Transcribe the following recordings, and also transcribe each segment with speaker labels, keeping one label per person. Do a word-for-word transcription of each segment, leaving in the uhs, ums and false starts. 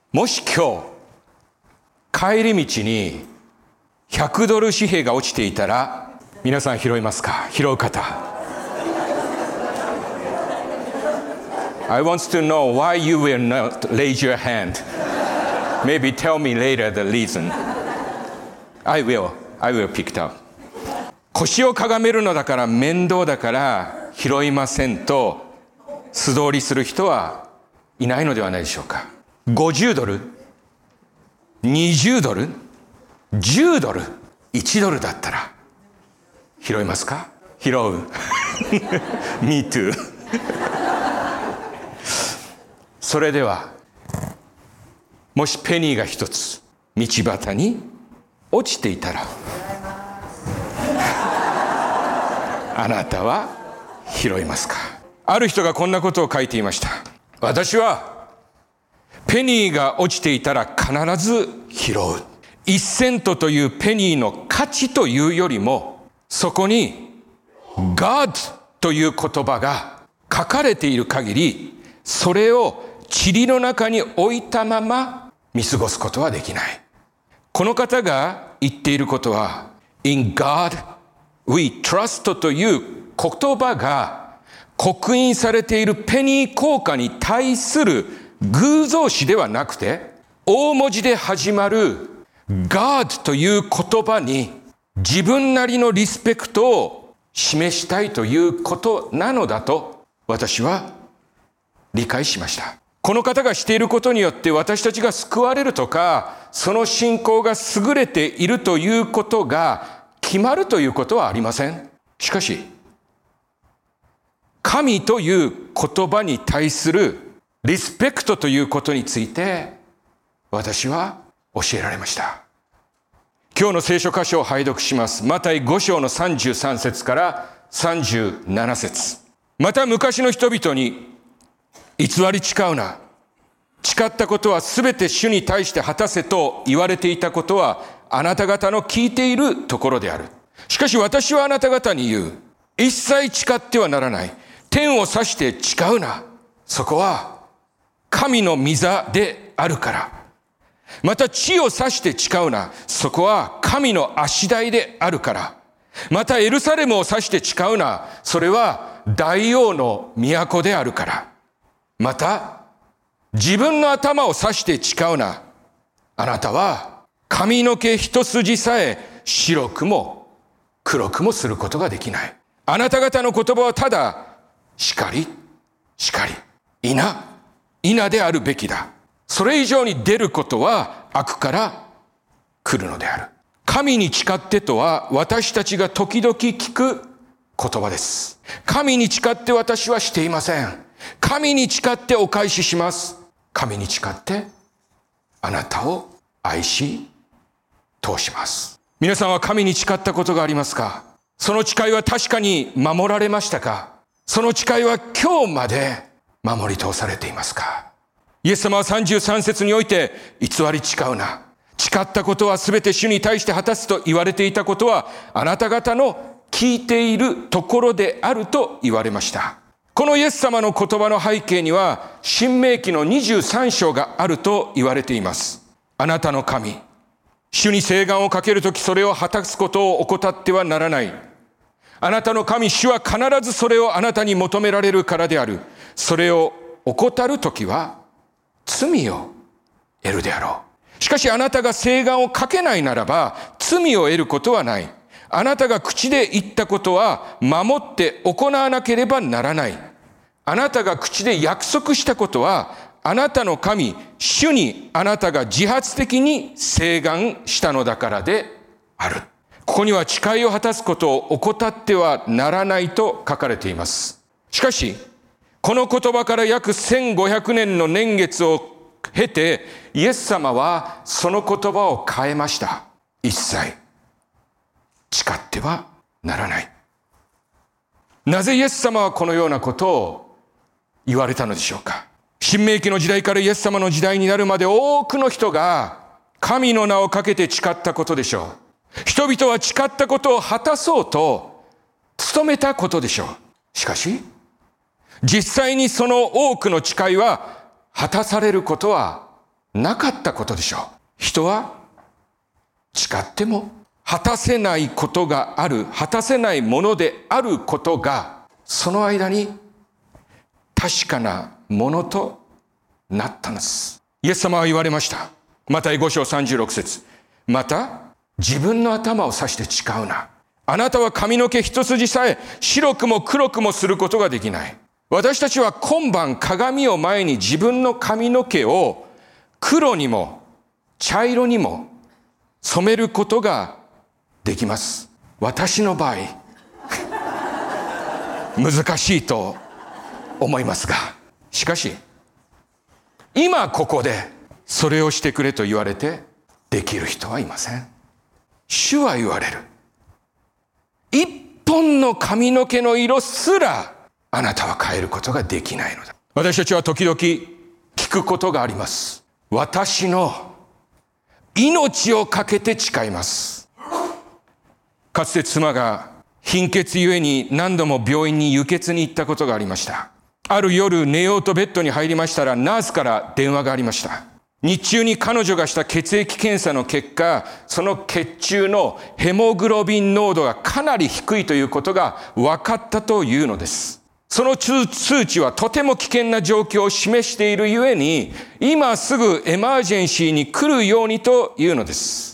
Speaker 1: もし今日、帰り道にひゃくドル紙幣が落ちていたら、皆さん拾いますか？拾う方。I want to know why you will not raise your hand. Maybe tell me later the reason. I will. I will pick it up. 腰をかがめるのだから面倒だから拾いませんと素通りする人はいないのではないでしょうか。ごじゅうドル、にじゅうドル、じゅうドル、いちドルだったら拾いますか？拾う。Me too. それでは、もしペニーが一つ道端に落ちていたら、あなたは拾いますか？ある人がこんなことを書いていました。私はペニーが落ちていたら必ず拾う。一セントというペニーの価値というよりも、そこに God という言葉が書かれている限り、それを塵の中に置いたまま見過ごすことはできない。この方が言っていることは、In God we trust という言葉が刻印されているペニー硬貨に対する偶像詞ではなくて、大文字で始まる God という言葉に自分なりのリスペクトを示したいということなのだと私は理解しました。この方がしていることによって私たちが救われるとか、その信仰が優れているということが決まるということはありません。しかし、神という言葉に対するリスペクトということについて私は教えられました。今日の聖書箇所を拝読します。マタイご章のさんじゅうさん節からさんじゅうなな節。また昔の人々に偽り誓うな。誓ったことはすべて主に対して果たせと言われていたことはあなた方の聞いているところである。しかし私はあなた方に言う。一切誓ってはならない。天を指して誓うな。そこは神の御座であるから。また地を指して誓うな。そこは神の足台であるから。またエルサレムを指して誓うな。それは大王の都であるから。また自分の頭を指して誓うな。あなたは髪の毛一筋さえ白くも黒くもすることができない。あなた方の言葉はただ叱り、叱り、否、否であるべきだ。それ以上に出ることは悪から来るのである。神に誓ってとは私たちが時々聞く言葉です。神に誓って私はしていません。神に誓ってお返しします。神に誓ってあなたを愛し通します。皆さんは神に誓ったことがありますか？その誓いは確かに守られましたか？その誓いは今日まで守り通されていますか？イエス様はさんじゅうさん節において偽り誓うな。誓ったことはすべて主に対して果たすと言われていたことはあなた方の聞いているところであると言われました。このイエス様の言葉の背景には申命記のにじゅうさん章があると言われています。あなたの神、主に誓願をかけるときそれを果たすことを怠ってはならない。あなたの神、主は必ずそれをあなたに求められるからである。それを怠るときは罪を得るであろう。しかしあなたが誓願をかけないならば罪を得ることはない。あなたが口で言ったことは守って行わなければならない。あなたが口で約束したことはあなたの神、主にあなたが自発的に誓願したのだからである。ここには誓いを果たすことを怠ってはならないと書かれています。しかし、この言葉から約せんごひゃくねんの年月を経て、イエス様はその言葉を変えました。一切誓ってはならない。なぜイエス様はこのようなことを言われたのでしょうか。申命記の時代からイエス様の時代になるまで多くの人が神の名をかけて誓ったことでしょう。人々は誓ったことを果たそうと努めたことでしょう。しかし、実際にその多くの誓いは果たされることはなかったことでしょう。人は誓っても果たせないことがある、果たせないものであることが、その間に確かなものとなったのです。イエス様は言われました。マタイご章さんじゅうろく節。また、自分の頭を指して誓うな。あなたは髪の毛一筋さえ白くも黒くもすることができない。私たちは今晩鏡を前に自分の髪の毛を黒にも茶色にも染めることができます。私の場合、難しいと思いますが、しかし、今ここでそれをしてくれと言われてできる人はいません。主は言われる。一本の髪の毛の色すらあなたは変えることができないのだ。私たちは時々聞くことがあります。私の命をかけて誓います。かつて妻が貧血ゆえに何度も病院に輸血に行ったことがありました。ある夜寝ようとベッドに入りましたら、ナースから電話がありました。日中に彼女がした血液検査の結果、その血中のヘモグロビン濃度がかなり低いということが分かったというのです。その数値はとても危険な状況を示しているゆえに、今すぐエマージェンシーに来るようにというのです。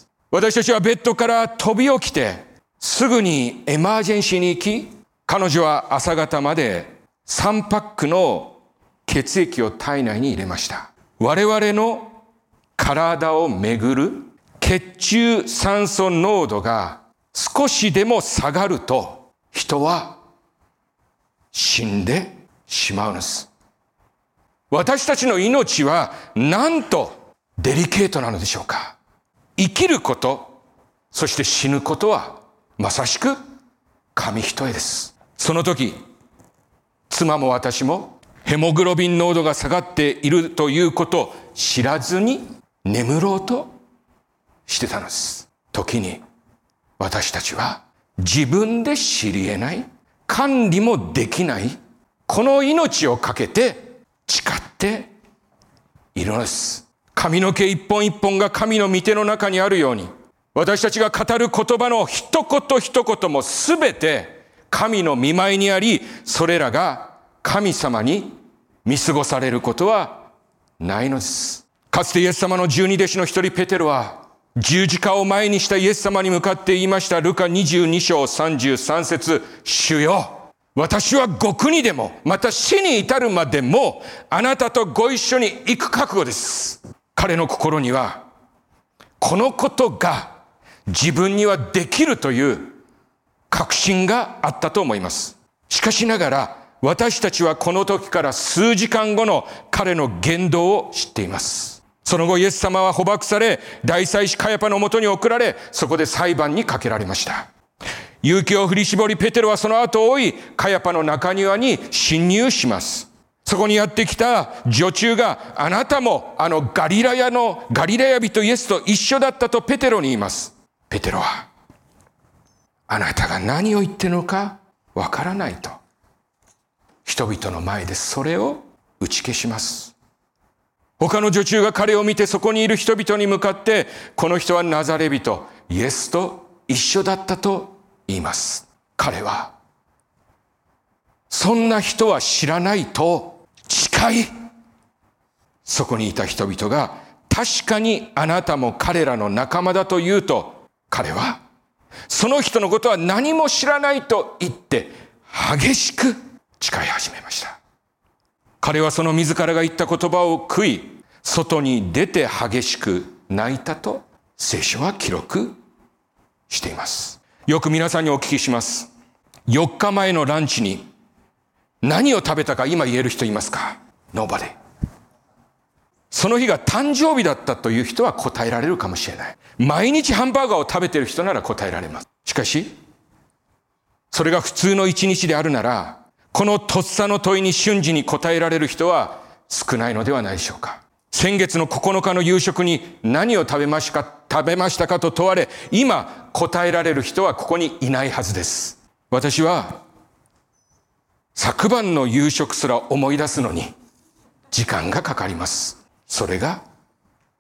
Speaker 1: 私たちはベッドから飛び起きて、すぐにエマージェンシーに行き、彼女は朝方までさんパックの血液を体内に入れました。我々の体をめぐる血中酸素濃度が少しでも下がると、人は死んでしまうのです。私たちの命はなんとデリケートなのでしょうか。生きること、そして死ぬことはまさしく紙一重です。その時、妻も私もヘモグロビン濃度が下がっているということを知らずに眠ろうとしてたのです。時に私たちは自分で知り得ない、管理もできない、この命をかけて誓っているのです。髪の毛一本一本が神の御手の中にあるように、私たちが語る言葉の一言一言もすべて神の御前にあり、それらが神様に見過ごされることはないのです。かつてイエス様の十二弟子の一人ペテロは、十字架を前にしたイエス様に向かって言いました。ルカにじゅうに章さんじゅうさん節。主よ、私は極にでも、また死に至るまでも、あなたとご一緒に行く覚悟です。彼の心には、このことが自分にはできるという確信があったと思います。しかしながら、私たちはこの時から数時間後の彼の言動を知っています。その後イエス様は捕獲され、大祭司カヤパのもとに送られ、そこで裁判にかけられました。勇気を振り絞りペテロはその後を追い、カヤパの中庭に侵入します。そこにやってきた女中が、あなたもあのガリラヤのガリラヤ人イエスと一緒だったとペテロに言います。ペテロは、あなたが何を言っているのかわからないと、人々の前でそれを打ち消します。他の女中が彼を見て、そこにいる人々に向かって、この人はナザレ人イエスと一緒だったと言います。彼はそんな人は知らないと誓い、そこにいた人々が確かにあなたも彼らの仲間だと言うと、彼はその人のことは何も知らないと言って激しく誓い始めました。彼はその自らが言った言葉を悔い、外に出て激しく泣いたと聖書は記録しています。よく皆さんにお聞きします。よっかまえのランチに何を食べたか今言える人いますか？ Nobody。 その日が誕生日だったという人は答えられるかもしれない。毎日ハンバーガーを食べている人なら答えられます。しかしそれが普通の一日であるなら、このとっさの問いに瞬時に答えられる人は少ないのではないでしょうか。先月のここのかの夕食に何を食べましたか、食べましたかと問われ、今答えられる人はここにいないはずです。私は昨晩の夕食すら思い出すのに時間がかかります。それが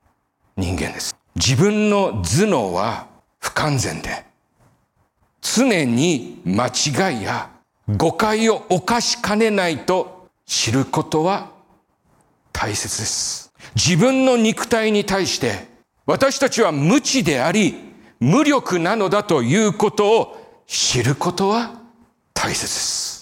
Speaker 1: 間です。自分の頭脳は不完全で、常に間違いや誤解を犯しかねないと知ることは大切です。自分の肉体に対して私たちは無知であり無力なのだということを知ることは大切です。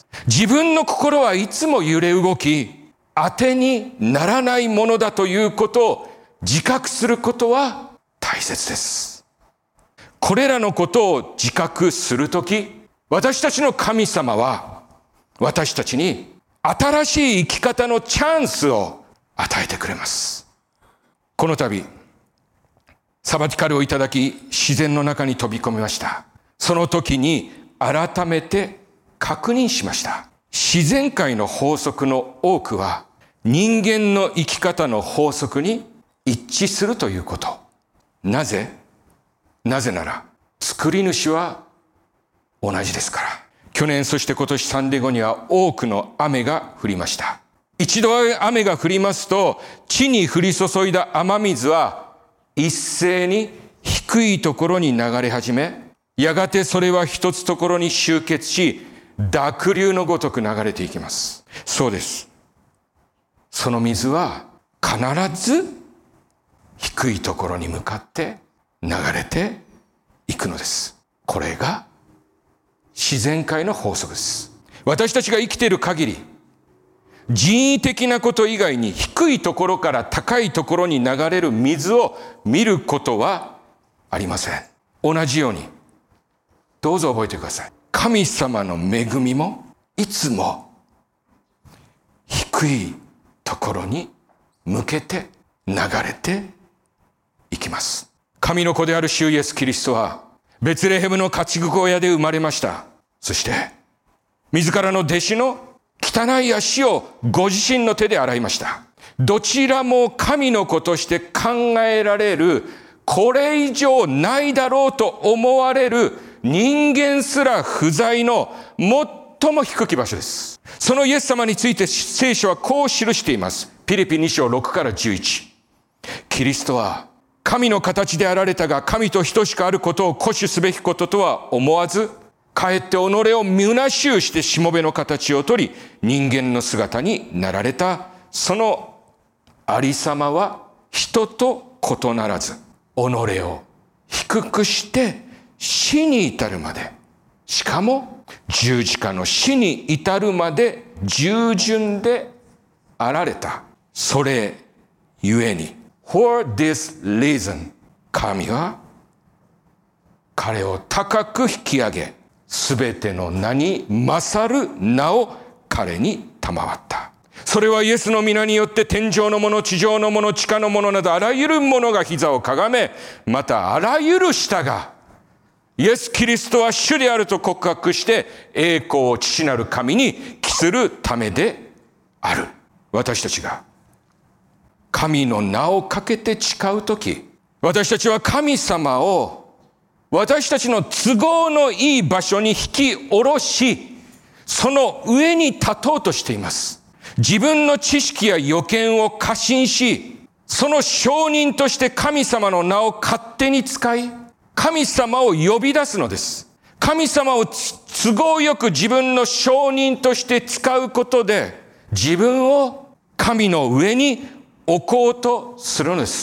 Speaker 1: 自分の心はいつも揺れ動き、当てにならないものだということを自覚することは大切です。これらのことを自覚するとき、私たちの神様は私たちに新しい生き方のチャンスを与えてくれます。この度、サバティカルをいただき、自然の中に飛び込みました。その時に改めて確認しました。自然界の法則の多くは人間の生き方の法則に一致するということ。なぜ？なぜなら作り主は同じですから。去年そして今年サンデー後には多くの雨が降りました。一度雨が降りますと地に降り注いだ雨水は一斉に低いところに流れ始め、やがてそれは一つところに集結し、濁流のごとく流れていきます。そうです。その水は必ず低いところに向かって流れていくのです。これが自然界の法則です。私たちが生きている限り、人為的なこと以外に低いところから高いところに流れる水を見ることはありません。同じように、どうぞ覚えてください。神様の恵みもいつも低いところに向けて流れていきます。神の子である主イエスキリストはベツレヘムの家畜小屋で生まれました。そして自らの弟子の汚い足をご自身の手で洗いました。どちらも神の子として考えられる、これ以上ないだろうと思われる人間すら不在の最も低き場所です。そのイエス様について聖書はこう記しています。ピリピに章ろくからじゅういち。キリストは神の形であられたが、神と等しくあることを固守すべきこととは思わず、かえって己を虚しゅうしてしもべの形をとり、人間の姿になられた。そのありさまは人と異ならず、己を低くして死に至るまで、しかも十字架の死に至るまで従順であられた。それゆえに、For this reason、神は彼を高く引き上げ、すべての名に勝る名を彼に賜った。それはイエスの皆によって天上のもの、地上のもの、地下のものなどあらゆるものが膝をかがめ、またあらゆる舌がイエス・キリストは主であると告白して栄光を父なる神に帰するためである。私たちが神の名をかけて誓うとき、私たちは神様を私たちの都合のいい場所に引き下ろし、その上に立とうとしています。自分の知識や予見を過信し、その証人として神様の名を勝手に使い、神様を呼び出すのです。神様を都合よく自分の証人として使うことで、自分を神の上に置こうとするのです。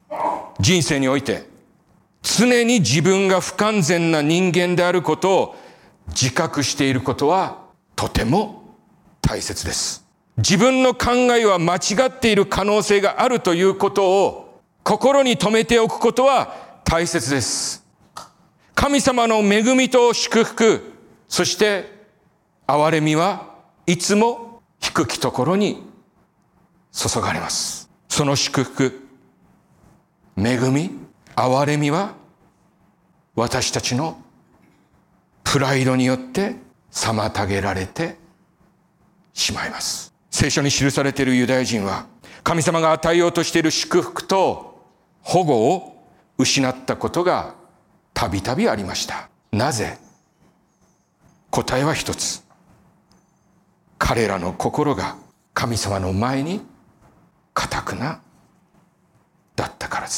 Speaker 1: 人生において、常に自分が不完全な人間であることを自覚していることはとても大切です。自分の考えは間違っている可能性があるということを心に留めておくことは大切です。神様の恵みと祝福、そして憐れみはいつも低きところに注がれます。その祝福、恵み、憐れみは私たちのプライドによって妨げられてしまいます。聖書に記されているユダヤ人は神様が与えようとしている祝福と保護を失ったことがたびたびありました。なぜ？答えは一つ。彼らの心が神様の前に固くなだったからです。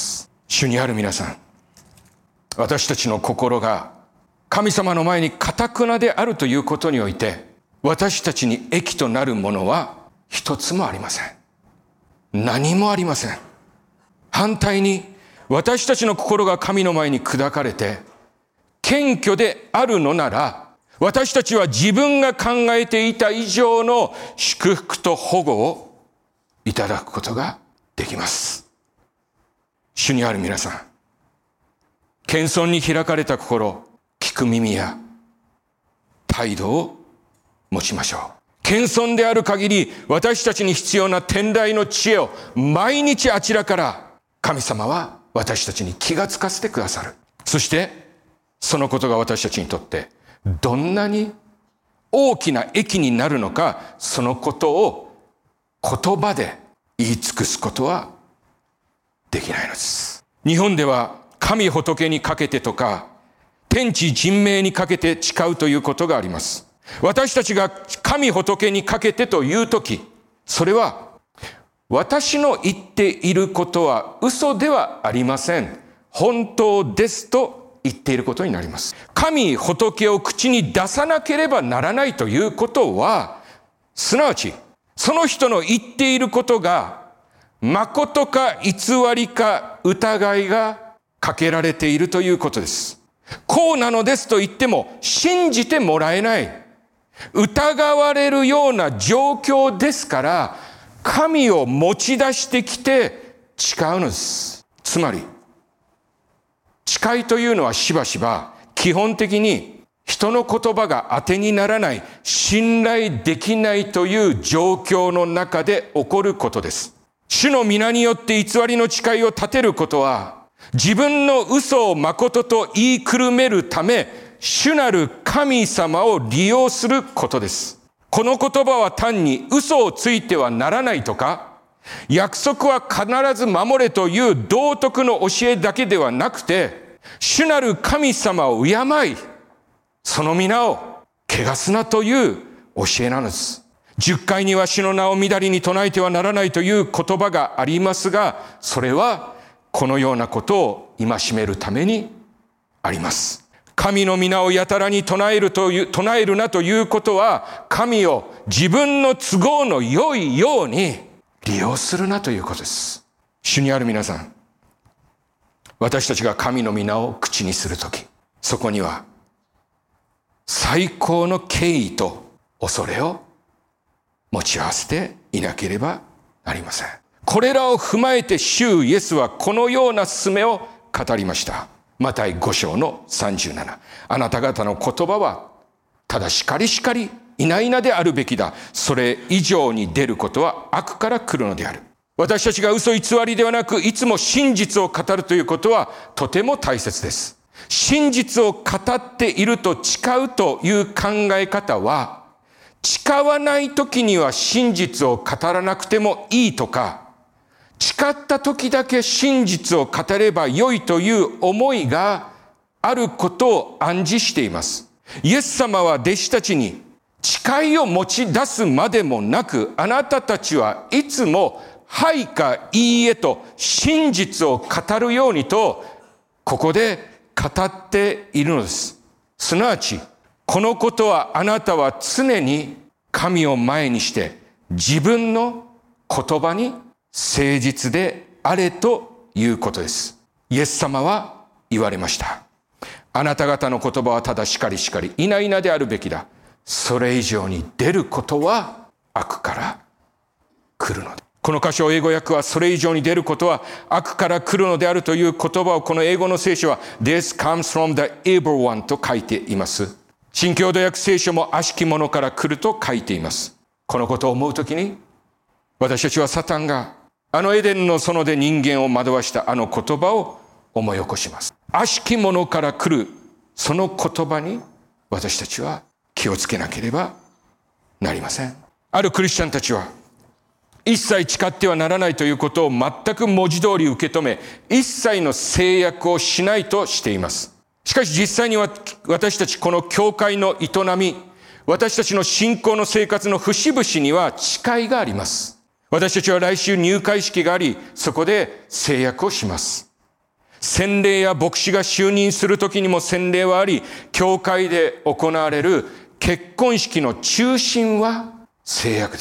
Speaker 1: 主にある皆さん、私たちの心が神様の前に堅くなであるということにおいて、私たちに益となるものは一つもありません。何もありません。反対に、私たちの心が神の前に砕かれて、謙虚であるのなら、私たちは自分が考えていた以上の祝福と保護をいただくことができます。主にある皆さん、謙遜に開かれた心、聞く耳や態度を持ちましょう。謙遜である限り、私たちに必要な天台の知恵を毎日あちらから神様は私たちに気がつかせてくださる。そしてそのことが私たちにとってどんなに大きな益になるのか、そのことを言葉で言い尽くすことはできないのです。日本では神仏にかけてとか天地人命にかけて誓うということがあります。私たちが神仏にかけてというとき、それは私の言っていることは嘘ではありません、本当ですと言っていることになります。神仏を口に出さなければならないということは、すなわちその人の言っていることが誠か偽りか疑いがかけられているということです。こうなのですと言っても信じてもらえない、疑われるような状況ですから、神を持ち出してきて誓うのです。つまり誓いというのはしばしば基本的に人の言葉が当てにならない、信頼できないという状況の中で起こることです。主の皆によって偽りの誓いを立てることは、自分の嘘を誠と言いくるめるため、主なる神様を利用することです。この言葉は単に嘘をついてはならないとか、約束は必ず守れという道徳の教えだけではなくて、主なる神様を敬い、その皆を汚すなという教えなのです。十回には主の名をみだりに唱えてはならないという言葉がありますが、それはこのようなことを戒めるためにあります。神の皆をやたらに唱えるという、唱えるなということは、神を自分の都合の良いように利用するなということです。主にある皆さん、私たちが神の皆を口にするとき、そこには最高の敬意と恐れを持ち合わせていなければなりません。これらを踏まえて主イエスはこのような勧めを語りました。マタイご章のさんじゅうなな。あなた方の言葉はただしかりしかり否々であるべきだ。それ以上に出ることは悪から来るのである。私たちが嘘偽りではなく、いつも真実を語るということはとても大切です。真実を語っていると誓うという考え方は、誓わない時には真実を語らなくてもいいとか、誓った時だけ真実を語ればよいという思いがあることを暗示しています。イエス様は弟子たちに誓いを持ち出すまでもなく、あなたたちはいつもはいかいいえと真実を語るようにと、ここで語っているのです。すなわち、このことはあなたは常に神を前にして自分の言葉に誠実であれということです。イエス様は言われました。あなた方の言葉はただしかりしかり否々であるべきだ。それ以上に出ることは悪から来るので。この箇所英語訳はそれ以上に出ることは悪から来るのであるという言葉を、この英語の聖書は This comes from the evil one と書いています。新共同訳聖書も悪しき者から来ると書いています。このことを思うときに、私たちはサタンがあのエデンの園で人間を惑わしたあの言葉を思い起こします。悪しき者から来るその言葉に私たちは気をつけなければなりません。あるクリスチャンたちは一切誓ってはならないということを全く文字通り受け止め、一切の制約をしないとしています。しかし実際には私たちこの教会の営み、私たちの信仰の生活の節々には誓いがあります。私たちは来週入会式があり、そこで制約をします。 洗礼や牧師が就任するときにも洗礼はあり、教会で行われる結婚式の中心は聖約です。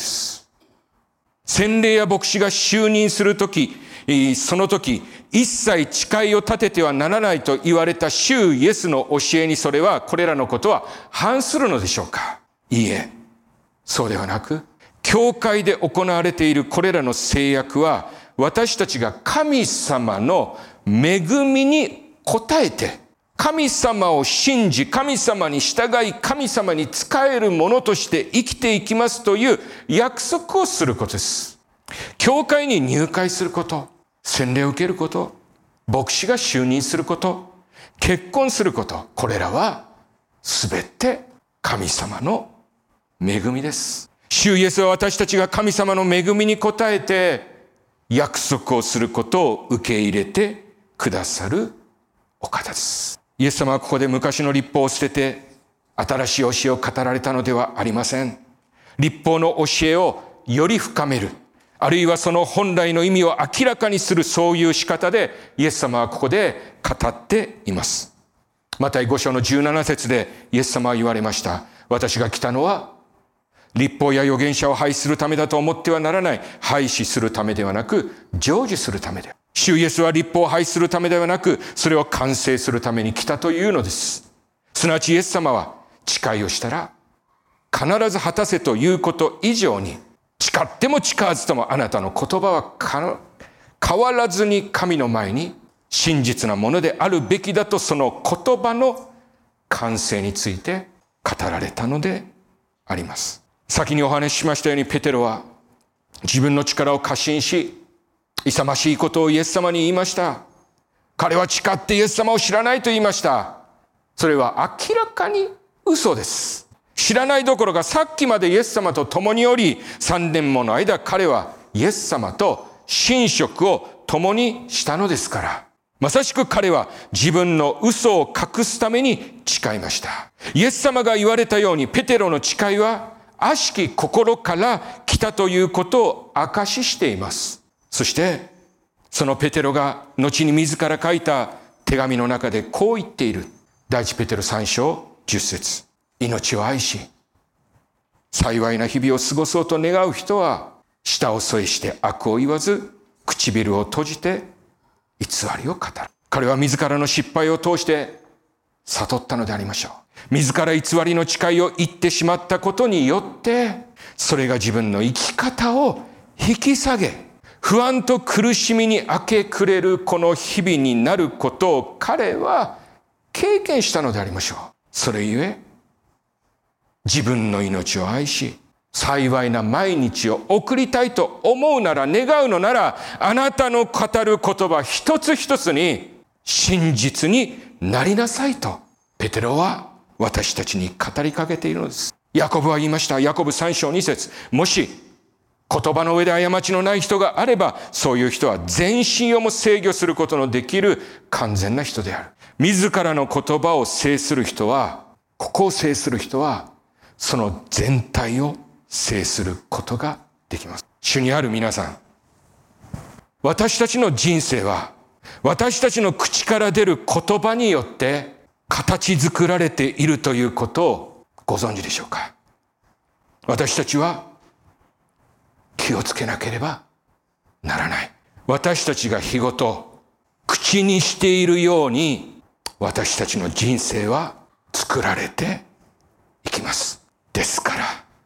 Speaker 1: 洗礼や牧師が就任するとき、その時、一切誓いを立ててはならないと言われた主イエスの教えにそれはこれらのことは反するのでしょうか？いいえ、そうではなく、教会で行われているこれらの制約は私たちが神様の恵みに応えて、神様を信じ、神様に従い、神様に仕えるものとして生きていきますという約束をすることです。教会に入会すること、洗礼を受けること、牧師が就任すること、結婚すること、これらはすべて神様の恵みです。主イエスは私たちが神様の恵みに応えて約束をすることを受け入れてくださるお方です。イエス様はここで昔の律法を捨てて新しい教えを語られたのではありません。律法の教えをより深める、あるいはその本来の意味を明らかにする、そういう仕方でイエス様はここで語っています。マタイご章のじゅうなな節でイエス様は言われました。私が来たのは律法や預言者を廃止するためだと思ってはならない。廃止するためではなく成就するためで。主イエスは律法を廃止するためではなく、それを完成するために来たというのです。すなわちイエス様は誓いをしたら必ず果たせということ以上に、誓っても誓わずともあなたの言葉は変わらずに神の前に真実なものであるべきだと、その言葉の完成について語られたのであります。先にお話ししましたように、ペテロは自分の力を過信し、勇ましいことをイエス様に言いました。彼は誓ってイエス様を知らないと言いました。それは明らかに嘘です。知らないどころか、さっきまでイエス様と共におり、三年もの間彼はイエス様と寝食を共にしたのですから、まさしく彼は自分の嘘を隠すために誓いました。イエス様が言われたように、ペテロの誓いは悪しき心から来たということを証ししています。そしてそのペテロが後に自ら書いた手紙の中でこう言っている。第一ペテロさん章じゅっ節。命を愛し幸いな日々を過ごそうと願う人は、舌を添えして悪を言わず、唇を閉じて偽りを語る。彼は自らの失敗を通して悟ったのでありましょう。自ら偽りの誓いを言ってしまったことによって、それが自分の生き方を引き下げ、不安と苦しみに明け暮れるこの日々になることを彼は経験したのでありましょう。それゆえ、自分の命を愛し、幸いな毎日を送りたいと思うなら、願うのなら、あなたの語る言葉一つ一つに真実になりなさいと、ペテロは私たちに語りかけているのです。ヤコブは言いました。ヤコブさん章に節。もし言葉の上で過ちのない人があれば、そういう人は全身をも制御することのできる完全な人である。自らの言葉を制する人は、ここを制する人は、その全体を制することができます。主にある皆さん、私たちの人生は、私たちの口から出る言葉によって形作られているということをご存知でしょうか。私たちは気をつけなければならない。私たちが日ごと口にしているように、私たちの人生は作られていきます。ですから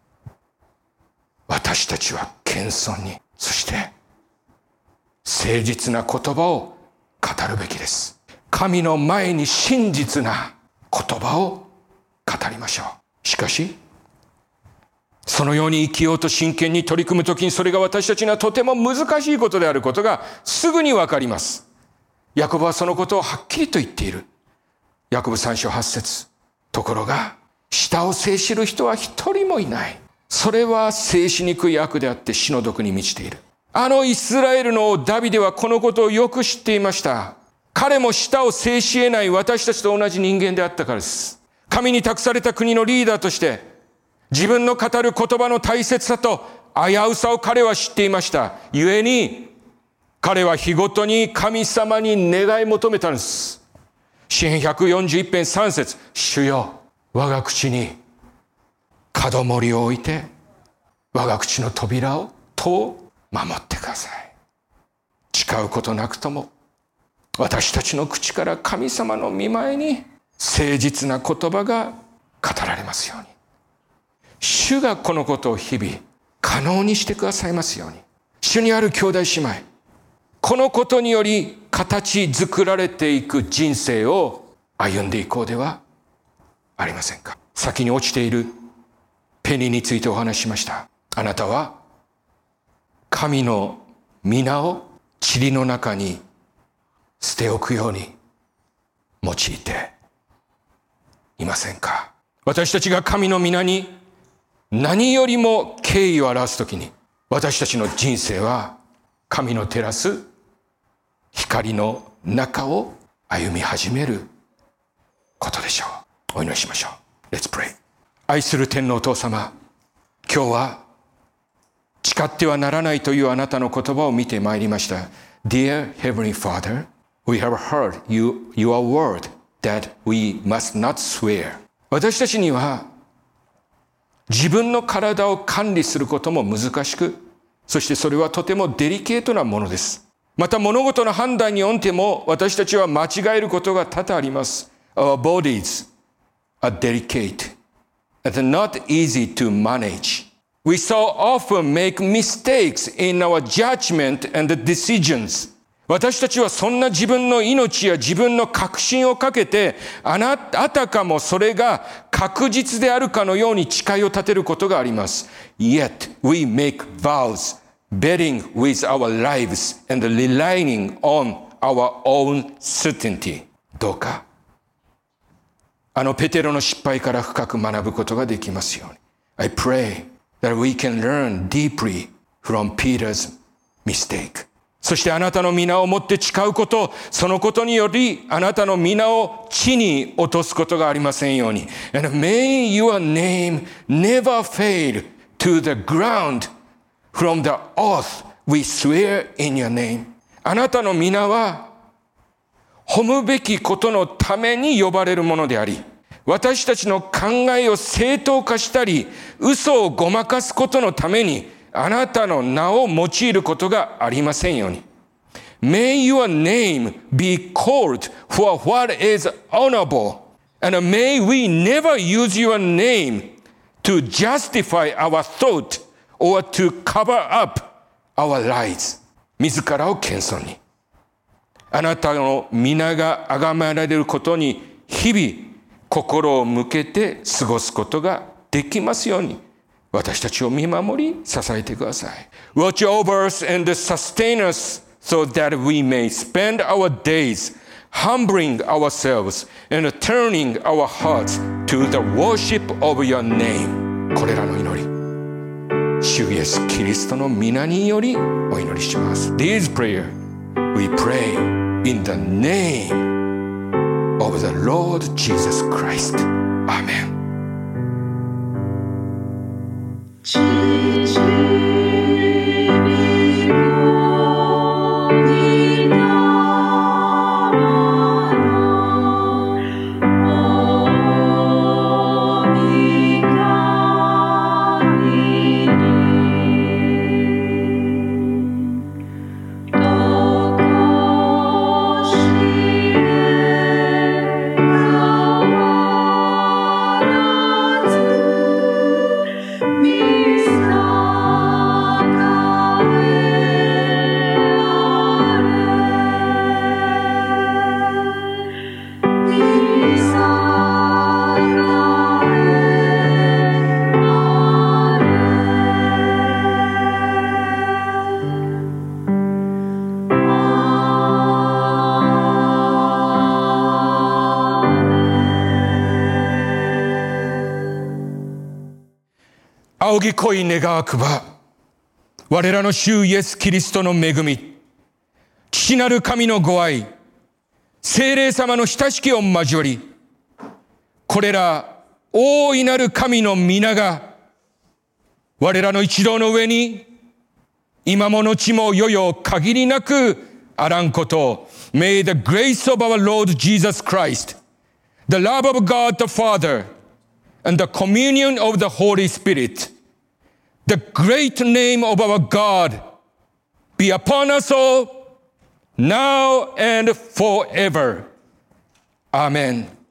Speaker 1: 私たちは謙遜に、そして誠実な言葉を語るべきです。神の前に真実な言葉を語りましょう。しかしそのように生きようと真剣に取り組むときに、それが私たちにはとても難しいことであることがすぐにわかります。ヤコブはそのことをはっきりと言っている。ヤコブさん章はち節。ところが舌を制しる人は一人もいない。それは制しにくい悪であって死の毒に満ちている。あのイスラエルの王ダビデはこのことをよく知っていました。彼も舌を制し得ない私たちと同じ人間であったからです。神に託された国のリーダーとして自分の語る言葉の大切さと危うさを彼は知っていました。故に彼は日ごとに神様に願い求めたんです。詩編ひゃくよんじゅういち編さん節、主よ、我が口に門守を置いて、我が口の扉をと守ってください。誓うことなくとも、私たちの口から神様の御前に誠実な言葉が語られますように。主がこのことを日々可能にしてくださいますように。主にある兄弟姉妹、このことにより形作られていく人生を歩んでいこうではありませんか。先に落ちているペニーについてお話ししました。あなたは神の皆を塵の中に捨て置くように用いていませんか。私たちが神の皆に何よりも敬意を表すときに、私たちの人生は神の照らす光の中を歩み始めることでしょう。お祈りしましょう。 Let's pray。 愛する天のお父様、今日は誓ってはならないというあなたの言葉を見てまいりました。 Dear Heavenly Father, we have heard you, your word that we must not swear。 私たちには自分の体を管理することも難しく、そしてそれはとてもデリケートなものです。また物事の判断においても私たちは間違えることが多々あります。 Our bodies are delicate and not easy to manage. We so often make mistakes in our judgment and decisions. 私たちはそんな自分の命や自分の確信をかけて、あなあたかもそれが確実であるかのように誓いを立てることがあります。Yet we make vows, betting with our lives and relying on our own certainty. どうかあのペテロの失敗から深く学ぶことができますように。I pray that we can learn deeply from Peter's mistake. そしてあなたの皆をもって誓うこと、そのことによりあなたの皆を地に落とすことがありませんように。And may your name never fail to the ground from the oath we swear in your name. あなたの皆は褒むべきことのために呼ばれるものであり、私たちの考えを正当化したり、嘘をごまかすことのためにあなたの名を用いることがありませんように。May your name be called for what is honorable, and may we never use your name to justify our thought or to cover up our lies. 自らを謙遜に。あなたの皆が崇められることに日々心を向けて過ごすことができますように。私たちを見守り支えてください。Watch over us and sustain us so that we may spend our days humbling ourselves and turning our hearts to the worship of your name. これらの祈り、主イエスキリストの皆によりお祈りします。This prayer we pray in the name of the Lord Jesus Christ. Amen.仰ぎ恋願わくば、我らの主イエスキリストの恵み、父なる神のご愛、聖霊様の親しき御交わり、これら大いなる神の皆が我らの一同の上に今も後も世々限りなくあらんこと。May the grace of our Lord Jesus Christ, the love of God the Father, and the communion of the Holy Spirit, the great name of our God, be upon us all, now and forever. Amen.